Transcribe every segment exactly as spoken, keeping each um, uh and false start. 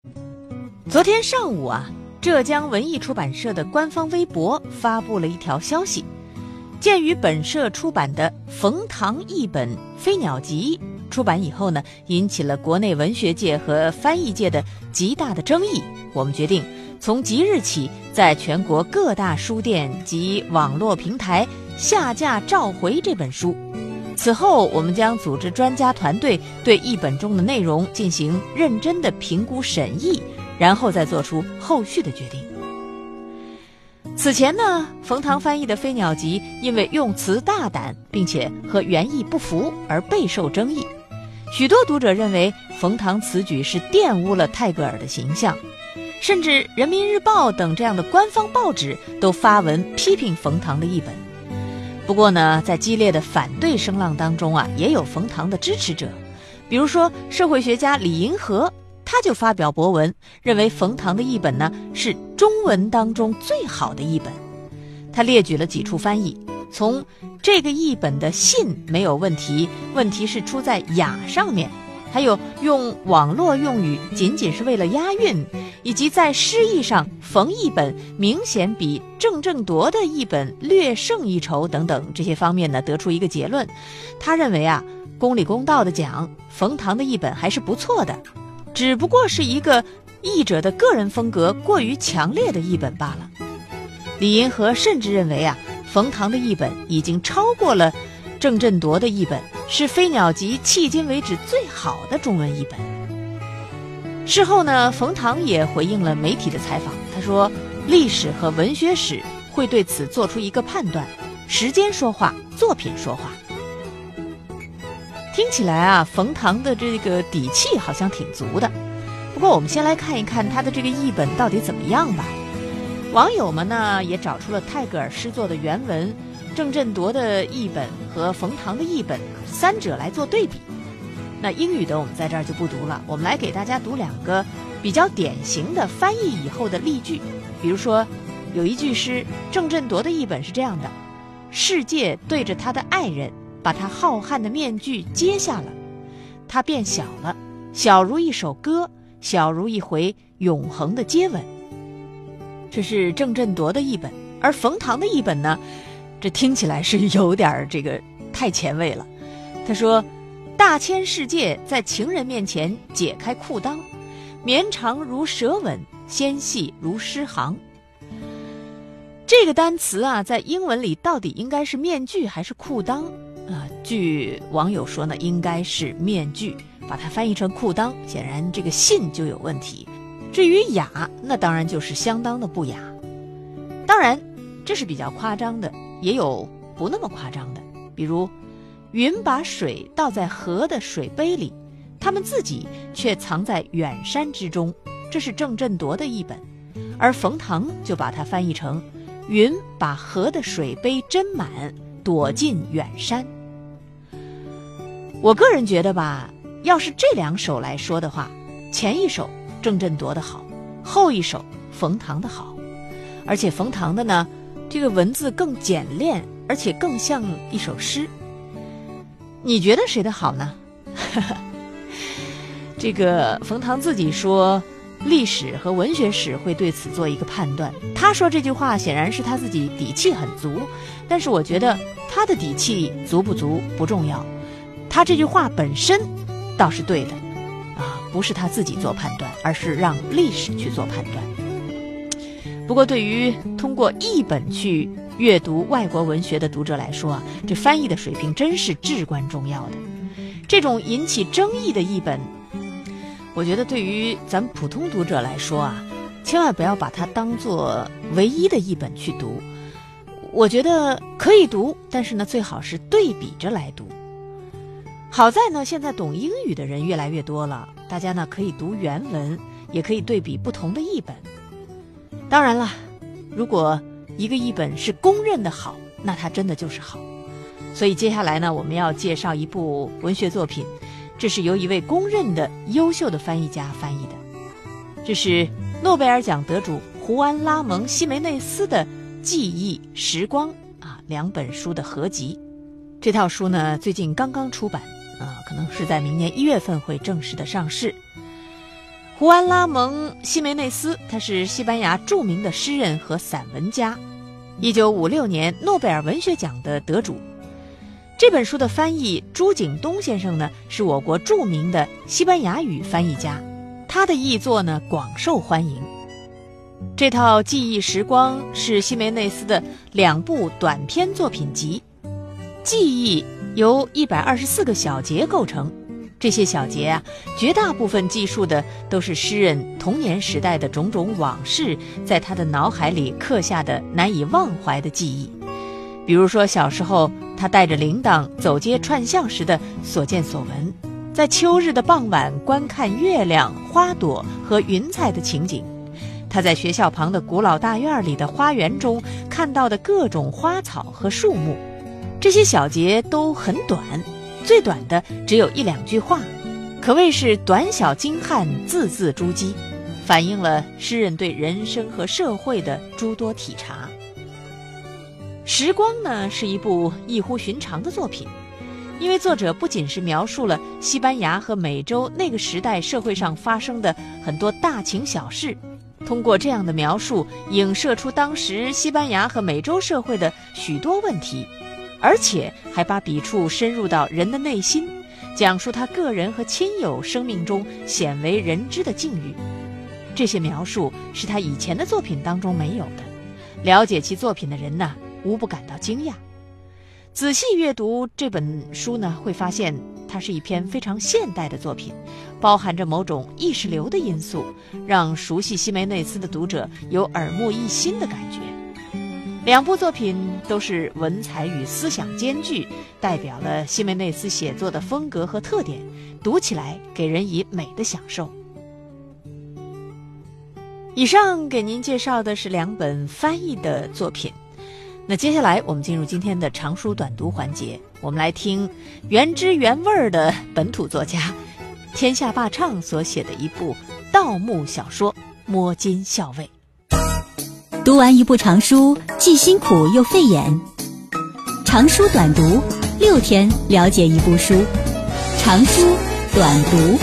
昨天上午啊，浙江文艺出版社的官方微博发布了一条消息，鉴于本社出版的冯唐译本《飞鸟集》出版以后呢，引起了国内文学界和翻译界的极大的争议，我们决定从即日起在全国各大书店及网络平台下架召回这本书。此后我们将组织专家团队对译本中的内容进行认真的评估审议，然后再做出后续的决定。此前呢，冯唐翻译的《飞鸟集》因为用词大胆并且和原意不符而备受争议，许多读者认为冯唐此举是玷污了泰戈尔的形象，甚至人民日报等这样的官方报纸都发文批评冯唐的译本。不过呢，在激烈的反对声浪当中啊，也有冯唐的支持者，比如说社会学家李银河，他就发表博文，认为冯唐的译本呢是中文当中最好的译本。他列举了几处翻译，从这个译本的信没有问题，问题是出在雅上面，还有用网络用语仅仅是为了押韵，以及在诗意上冯译本明显比郑振铎的译本略胜一筹等等这些方面呢，得出一个结论。他认为啊，公理公道的讲，冯唐的译本还是不错的，只不过是一个译者的个人风格过于强烈的译本罢了。李银河甚至认为啊，冯唐的译本已经超过了郑振铎的译本，是《飞鸟集》迄今为止最好的中文译本。事后呢，冯唐也回应了媒体的采访，他说历史和文学史会对此做出一个判断，时间说话，作品说话。听起来啊，冯唐的这个底气好像挺足的。不过我们先来看一看他的这个译本到底怎么样吧。网友们呢也找出了泰戈尔诗作的原文、郑振铎的译本和冯唐的译本三者来做对比。那英语的我们在这儿就不读了，我们来给大家读两个比较典型的翻译以后的例句。比如说有一句诗，郑振铎的译本是这样的：世界对着他的爱人把他浩瀚的面具揭下了，他变小了，小如一首歌，小如一回永恒的接吻。这是郑振铎的译本，而冯唐的译本呢，这听起来是有点这个太前卫了。他说大千世界在情人面前解开裤裆，绵长如舌吻，纤细如诗行。这个单词啊，在英文里到底应该是面具还是裤裆啊？据网友说呢，应该是面具，把它翻译成裤裆，显然这个信就有问题。至于雅，那当然就是相当的不雅。当然这是比较夸张的，也有不那么夸张的，比如云把水倒在河的水杯里，他们自己却藏在远山之中，这是郑振铎的译本。而冯唐就把它翻译成云把河的水杯斟满，躲进远山。我个人觉得吧，要是这两首来说的话，前一首郑振铎的好，后一首冯唐的好。而且冯唐的呢，这个文字更简练，而且更像一首诗。你觉得谁的好呢？这个冯唐自己说历史和文学史会对此做一个判断，他说这句话显然是他自己底气很足，但是我觉得他的底气足不足不重要，他这句话本身倒是对的啊，不是他自己做判断，而是让历史去做判断。不过对于通过译本去阅读外国文学的读者来说啊，这翻译的水平真是至关重要的。这种引起争议的译本，我觉得对于咱们普通读者来说啊，千万不要把它当作唯一的译本去读。我觉得可以读，但是呢，最好是对比着来读。好在呢，现在懂英语的人越来越多了，大家呢可以读原文，也可以对比不同的译本。当然了，如果一个译本是公认的好，那它真的就是好。所以接下来呢，我们要介绍一部文学作品，这是由一位公认的优秀的翻译家翻译的，这是诺贝尔奖得主胡安·拉蒙·西梅内斯的《记忆时光》啊，两本书的合集。这套书呢，最近刚刚出版啊，可能是在明年一月份会正式的上市。 胡安·拉蒙·西梅内斯，他是西班牙著名的诗人和散文家，一九五六年诺贝尔文学奖的得主。这本书的翻译朱景东先生呢，是我国著名的西班牙语翻译家，他的译作呢广受欢迎。这套记忆时光是西梅内斯的两部短篇作品集，记忆由一百二十四个小节构成。这些小节啊，绝大部分记述的都是诗人童年时代的种种往事，在他的脑海里刻下的难以忘怀的记忆。比如说小时候他带着铃铛走街串巷时的所见所闻，在秋日的傍晚观看月亮、花朵和云彩的情景，他在学校旁的古老大院里的花园中看到的各种花草和树木。这些小节都很短，最短的只有一两句话，可谓是短小精悍，字字珠玑，反映了诗人对人生和社会的诸多体察。时光呢，是一部异乎寻常的作品，因为作者不仅是描述了西班牙和美洲那个时代社会上发生的很多大情小事，通过这样的描述影射出当时西班牙和美洲社会的许多问题，而且还把笔触深入到人的内心，讲述他个人和亲友生命中鲜为人知的境遇。这些描述是他以前的作品当中没有的，了解其作品的人呢，无不感到惊讶。仔细阅读这本书呢，会发现它是一篇非常现代的作品，包含着某种意识流的因素，让熟悉西梅内斯的读者有耳目一新的感觉。两部作品都是文采与思想兼具，代表了西梅内斯写作的风格和特点，读起来给人以美的享受。以上给您介绍的是两本翻译的作品，那接下来我们进入今天的长书短读环节，我们来听原汁原味的本土作家天下霸唱所写的一部盗墓小说《摸金校尉》。 读完一部长书，既辛苦又费眼。长书短读，六天了解一部书。长书短读。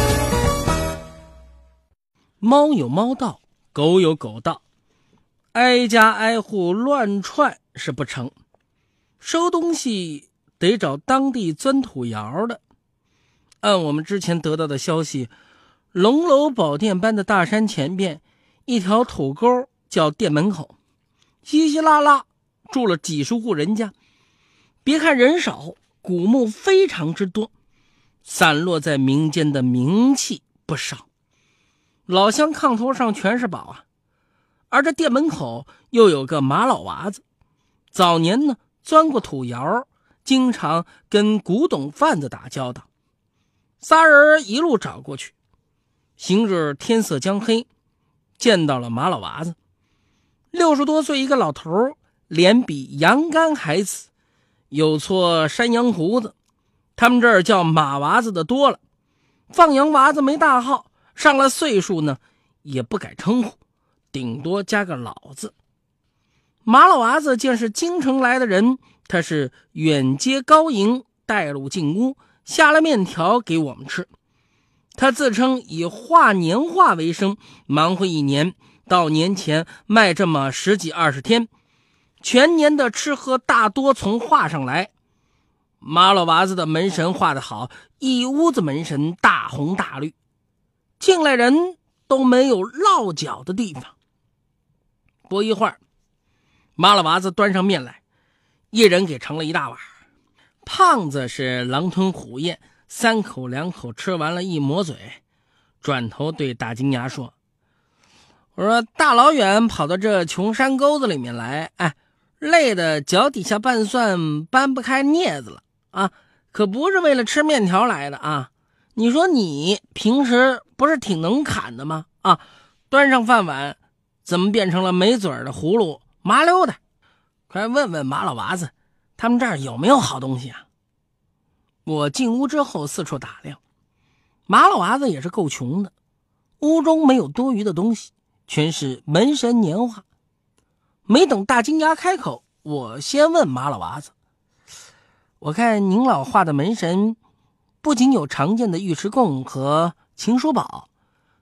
猫有猫道，狗有狗道，挨家挨户乱窜是不成，收东西得找当地钻土窑的。按我们之前得到的消息，龙楼宝殿般的大山前边一条土沟叫店门口，稀稀拉拉住了几十户人家。别看人少，古墓非常之多，散落在民间的名气不少。老乡炕头上全是宝啊，而这店门口又有个马老娃子，早年呢钻过土窑，经常跟古董贩子打交道。仨人一路找过去，行至天色将黑，见到了马老娃子。六十多岁一个老头，脸比羊肝还紫，有撮山羊胡子，他们这儿叫马娃子的多了，放羊娃子没大号，上了岁数呢也不改称呼，顶多加个老字。马老娃子见是京城来的人，他是远接高迎，带路进屋，下了面条给我们吃。他自称以画年画为生，忙活一年，到年前卖这么十几二十天，全年的吃喝大多从画上来。马老娃子的门神画得好，一屋子门神大红大绿，进来人都没有落脚的地方。不一会儿，马老娃子端上面来，一人给盛了一大碗。胖子是狼吞虎咽，三口两口吃完了，一抹嘴，转头对大金牙说：“我说大老远跑到这穷山沟子里面来，哎，累得脚底下拌蒜搬不开镊子了啊！可不是为了吃面条来的啊！你说你平时不是挺能砍的吗？啊，端上饭碗，怎么变成了没嘴的葫芦麻溜的？快问问马老娃子，他们这儿有没有好东西啊？”我进屋之后四处打量，马老娃子也是够穷的，屋中没有多余的东西，全是门神年画。没等大金牙开口，我先问马老娃子：“我看您老画的门神，不仅有常见的尉迟贡和秦叔宝，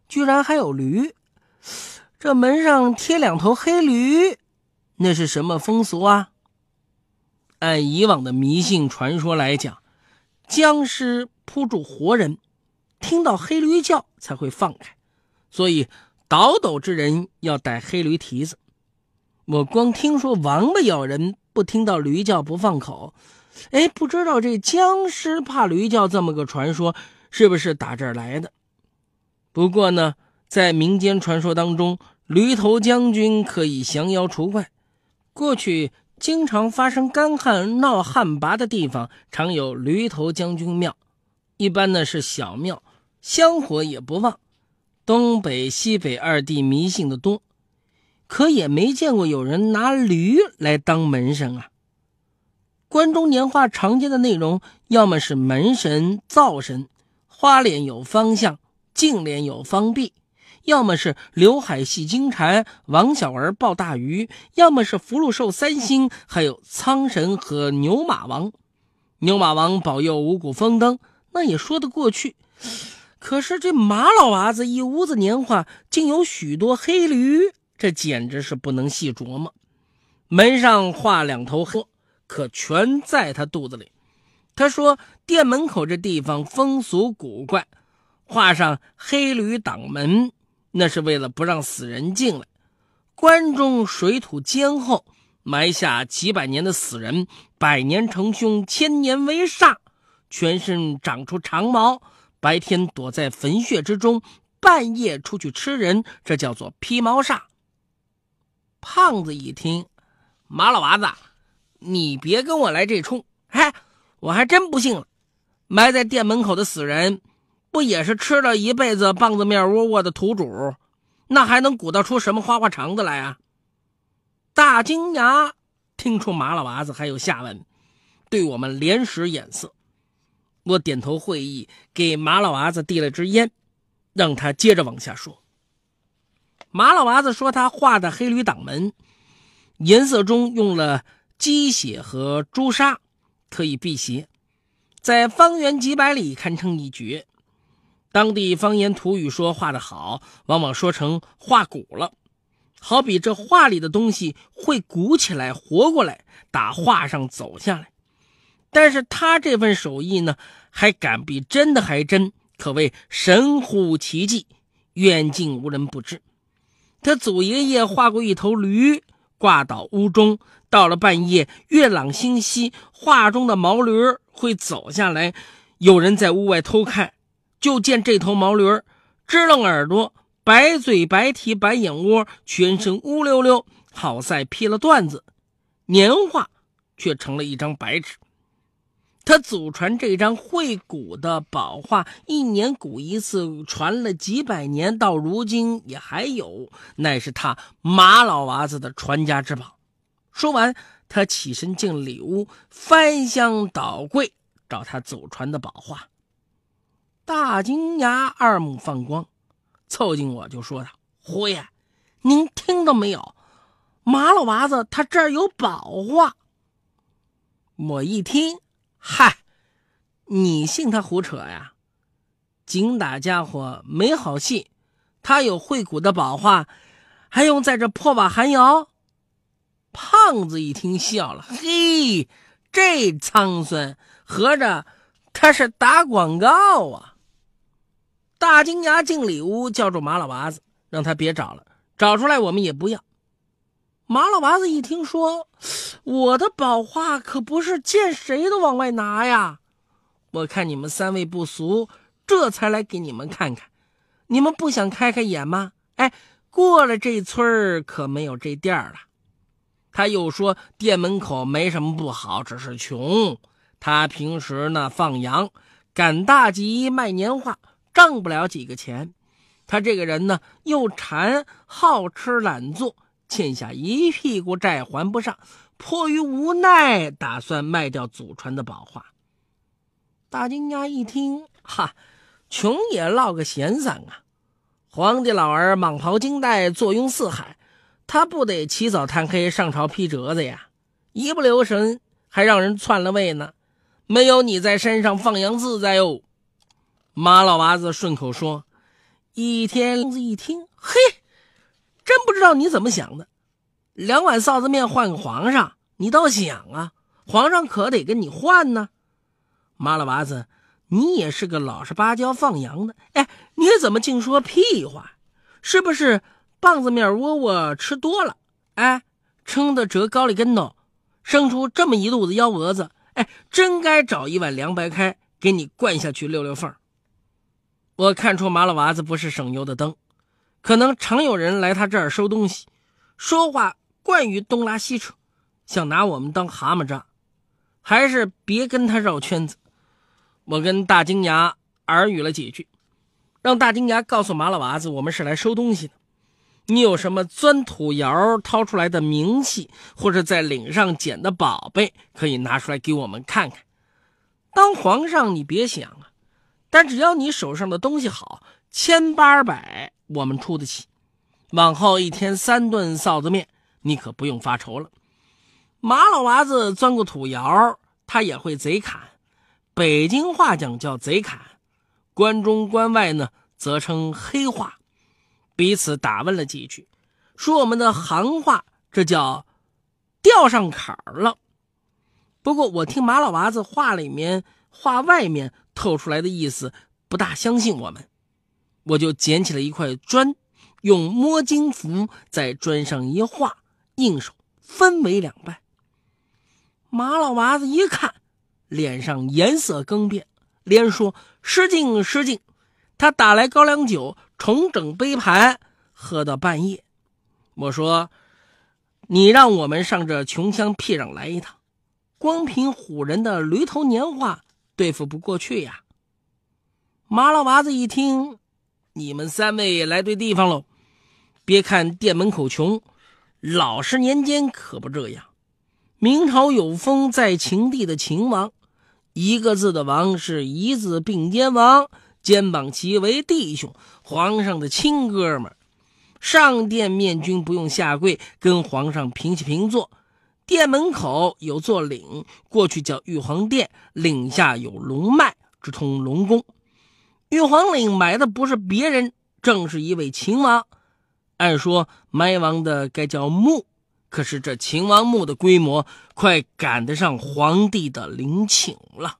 居然还有驴。这门上贴两头黑驴，那是什么风俗啊？按以往的迷信传说来讲，僵尸扑住活人，听到黑驴叫才会放开，所以倒斗之人要带黑驴蹄子。我光听说王八咬人不听到驴叫不放口，哎，不知道这僵尸怕驴叫这么个传说是不是打这儿来的。不过呢，在民间传说当中，驴头将军可以降妖除怪。过去经常发生干旱闹旱魃的地方，常有驴头将军庙，一般呢是小庙，香火也不旺。东北西北二地迷信的多，可也没见过有人拿驴来当门神啊。关中年画常见的内容，要么是门神、灶神，花脸有方向，净脸有方壁，要么是刘海戏金蝉，王小儿抱大鱼，要么是福禄寿三星，还有苍神和牛马王。牛马王保佑五谷丰登，那也说得过去。可是这马老娃子一屋子年画竟有许多黑驴，这简直是不能细琢磨。门上画两头黑，可全在他肚子里。他说店门口这地方风俗古怪，画上黑驴挡门，那是为了不让死人进来。关中水土坚厚，埋下几百年的死人，百年成凶，千年为煞，全身长出长毛，白天躲在坟穴之中，半夜出去吃人，这叫做披毛煞。胖子一听，马老娃子，你别跟我来这出，嗨，我还真不信了。埋在店门口的死人，不也是吃了一辈子棒子面窝窝的土主，那还能鼓捣出什么花花肠子来啊？大金牙听出马老娃子还有下文，对我们连使眼色。我点头会意，给马老娃子递了支烟，让他接着往下说。马老娃子说他画的黑驴挡门，颜色中用了鸡血和朱砂，可以辟邪，在方圆几百里堪称一绝。当地方言土语说画得好，往往说成画鼓了，好比这画里的东西会鼓起来活过来，打画上走下来。但是他这份手艺呢，还敢比真的还真，可谓神乎其技，远近无人不知。他祖爷爷画过一头驴挂倒屋中，到了半夜月朗星稀，画中的毛驴会走下来，有人在屋外偷看，就见这头毛驴支棱耳朵，白嘴白蹄白眼窝，全身乌溜溜，好赛劈了段子，年画却成了一张白纸。他祖传这张会鼓的宝画，一年鼓一次，传了几百年，到如今也还有，乃是他马老娃子的传家之宝。说完，他起身进里屋，翻箱倒柜找他祖传的宝画。大金牙二目放光，凑近我就说道：“胡爷，您听到没有？马老娃子他这儿有宝画。”我一听，嗨，你信他胡扯呀？精打家伙没好戏，他有会鼓的宝画，还用在这破瓦寒窑？胖子一听笑了，嘿，这苍孙合着他是打广告啊。大金牙进里屋，叫住马老娃子，让他别找了，找出来我们也不要。马老娃子一听说，我的宝画可不是见谁都往外拿呀，我看你们三位不俗，这才来给你们看看，你们不想开开眼吗？哎，过了这村可没有这店了。他又说店门口没什么不好，只是穷，他平时呢放羊赶大集卖年画，挣不了几个钱。他这个人呢又馋好吃懒做，欠下一屁股债还不上，迫于无奈打算卖掉祖传的宝画。大金牙一听，哈，穷也落个闲散啊，皇帝老儿蟒袍金带坐拥四海，他不得起早贪黑上朝批折子呀，一不留神还让人篡了位呢，没有你在山上放羊自在哦。马老娃子顺口说， 一天子一听，嘿，真不知道你怎么想的，两碗臊子面换个皇上，你倒想啊，皇上可得跟你换呢。麻了娃子，你也是个老实巴交放羊的，哎，你怎么净说屁话？是不是棒子面窝窝吃多了，哎，撑得折高里跟头，生出这么一肚子幺蛾子？哎，真该找一碗凉白开给你灌下去溜溜缝。我看出麻了娃子不是省油的灯，可能常有人来他这儿收东西，说话惯于东拉西扯，想拿我们当蛤蟆蚱，还是别跟他绕圈子。我跟大金牙耳语了几句，让大金牙告诉麻了娃子我们是来收东西的，你有什么钻土窑掏出来的冥器，或者在岭上捡的宝贝，可以拿出来给我们看看。当皇上你别想啊，但只要你手上的东西好，千八百我们出得起。往后一天三顿臊子面，你可不用发愁了。麻老娃子钻过土窑，他也会贼砍，北京话讲叫贼砍，关中关外呢则称黑话。彼此打问了几句，说我们的行话这叫吊上坎儿了。不过我听麻老娃子话里面话外面透出来的意思不大相信我们，我就捡起了一块砖，用摸金符在砖上一画，应手分为两半。麻老娃子一看，脸上颜色更变，连说失敬失敬。他打来高粱酒，重整杯盘，喝到半夜。我说，你让我们上这穷乡僻壤来一趟，光凭唬人的驴头年话对付不过去呀。麻老娃子一听，你们三位来对地方喽。别看店门口穷，老十年间可不这样。明朝有封在秦地的秦王，一个字的王是一字并肩王，肩膀齐为弟兄，皇上的亲哥们儿。上殿面君不用下跪，跟皇上平起平坐。殿门口有座岭，过去叫玉皇殿，岭下有龙脉，直通龙宫。玉皇岭埋的不是别人，正是一位秦王。按说埋王的该叫墓，可是这秦王墓的规模快赶得上皇帝的陵寝了。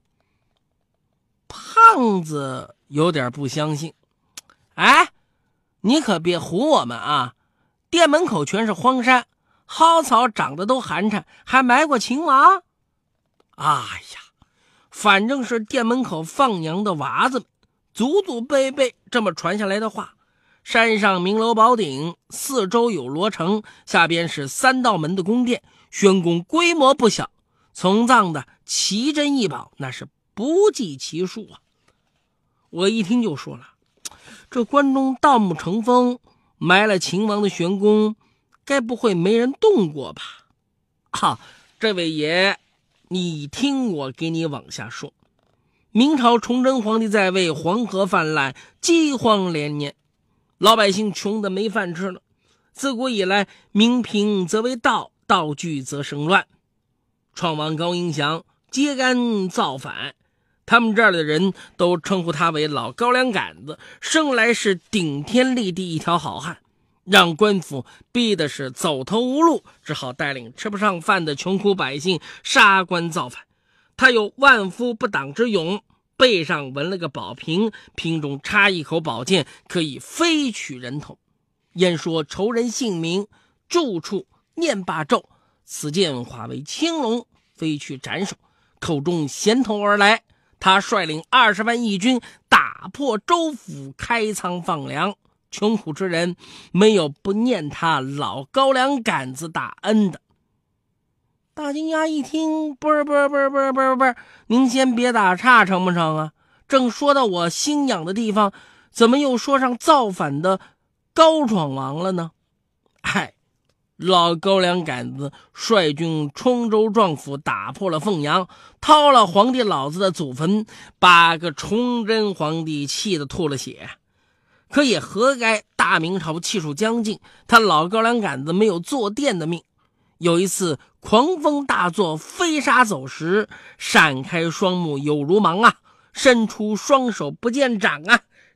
胖子有点不相信，哎，你可别唬我们啊！店门口全是荒山，蒿草长得都寒碜，还埋过秦王？哎呀，反正是店门口放羊的娃子们祖祖辈辈这么传下来的话。山上明楼宝顶，四周有罗城，下边是三道门的宫殿，玄宫规模不小，从葬的奇珍异宝那是不计其数啊。我一听就说了，这关中盗墓成风，埋了秦王的玄宫，该不会没人动过吧？啊，这位爷，你听我给你往下说。明朝崇祯皇帝在位，黄河泛滥，饥荒连年，老百姓穷得没饭吃了。自古以来，民贫则为盗，盗聚则生乱。创王高迎祥揭竿造反，他们这儿的人都称呼他为老高粱杆子，生来是顶天立地一条好汉，让官府逼的是走投无路，只好带领吃不上饭的穷苦百姓杀官造反。他有万夫不挡之勇，背上纹了个宝瓶，瓶中插一口宝剑，可以飞取人头。言说仇人姓名，住处念罢咒，此剑化为青龙，飞去斩首。口中衔头而来，他率领二十万义军打破州府，开仓放粮。穷苦之人没有不念他老高粱杆子大恩的。大金牙一听，不是不是不是不是不是不是，您先别打岔成不成啊？正说到我心痒的地方，怎么又说上造反的高闯王了呢？哎，老高粱杆子率军冲州壮府，打破了凤阳，掏了皇帝老子的祖坟，把个崇祯皇帝气得吐了血。可也活该大明朝气数将尽，他老高粱杆子没有坐殿的命。有一次狂风大作，飞沙走石，闪开双目有如芒啊，伸出双手不见掌啊，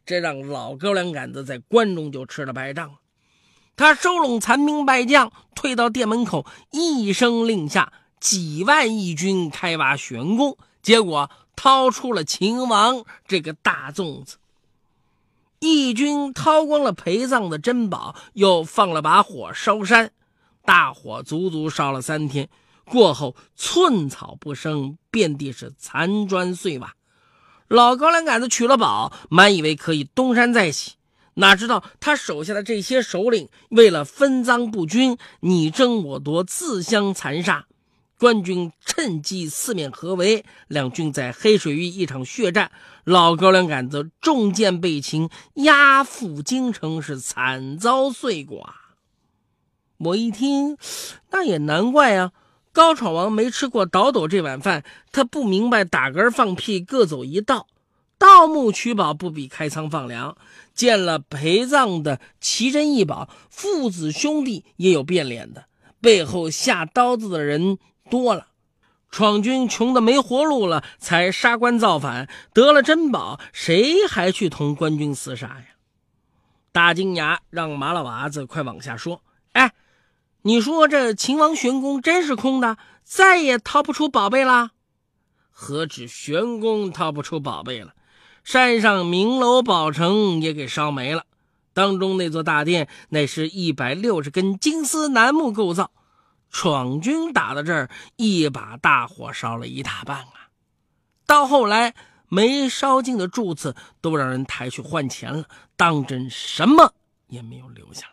这让老高粱杆子在关中就吃了败仗了。他收拢残兵败将，退到店门口，一声令下，几万义军开挖玄宫，结果掏出了秦王这个大粽子。义军掏光了陪葬的珍宝，又放了把火烧山，大火足足烧了三天，过后寸草不生，遍地是残砖碎瓦。老高粱杆子取了宝，满以为可以东山再起，哪知道他手下的这些首领为了分赃不均，你争我夺，自相残杀。官军趁机四面合围，两军在黑水峪一场血战，老高粱杆子中箭被擒，押赴京城，是惨遭碎剐。我一听，那也难怪啊，高闯王没吃过倒斗这碗饭，他不明白打嗝放屁各走一道，盗墓取宝不比开仓放粮。见了陪葬的奇珍异宝，父子兄弟也有变脸的，背后下刀子的人多了。闯军穷得没活路了，才杀官造反，得了珍宝，谁还去同官军厮杀呀？大金牙让麻辣娃子快往下说。哎，你说这秦王玄宫真是空的，再也掏不出宝贝啦？何止玄宫掏不出宝贝了，山上名楼宝城也给烧没了。当中那座大殿，那是一百六十根金丝楠木构造，闯军打到这儿，一把大火烧了一大半啊！到后来没烧尽的柱子都让人抬去换钱了，当真什么也没有留下来。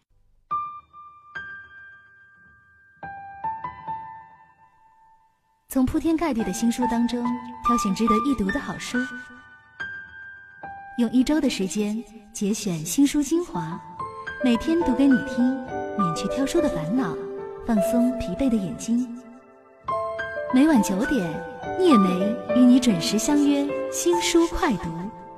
从铺天盖地的新书当中挑选值得一读的好书，用一周的时间节选新书精华，每天读给你听，免去挑书的烦恼，放松疲惫的眼睛。每晚九点，聂梅与你准时相约新书快读。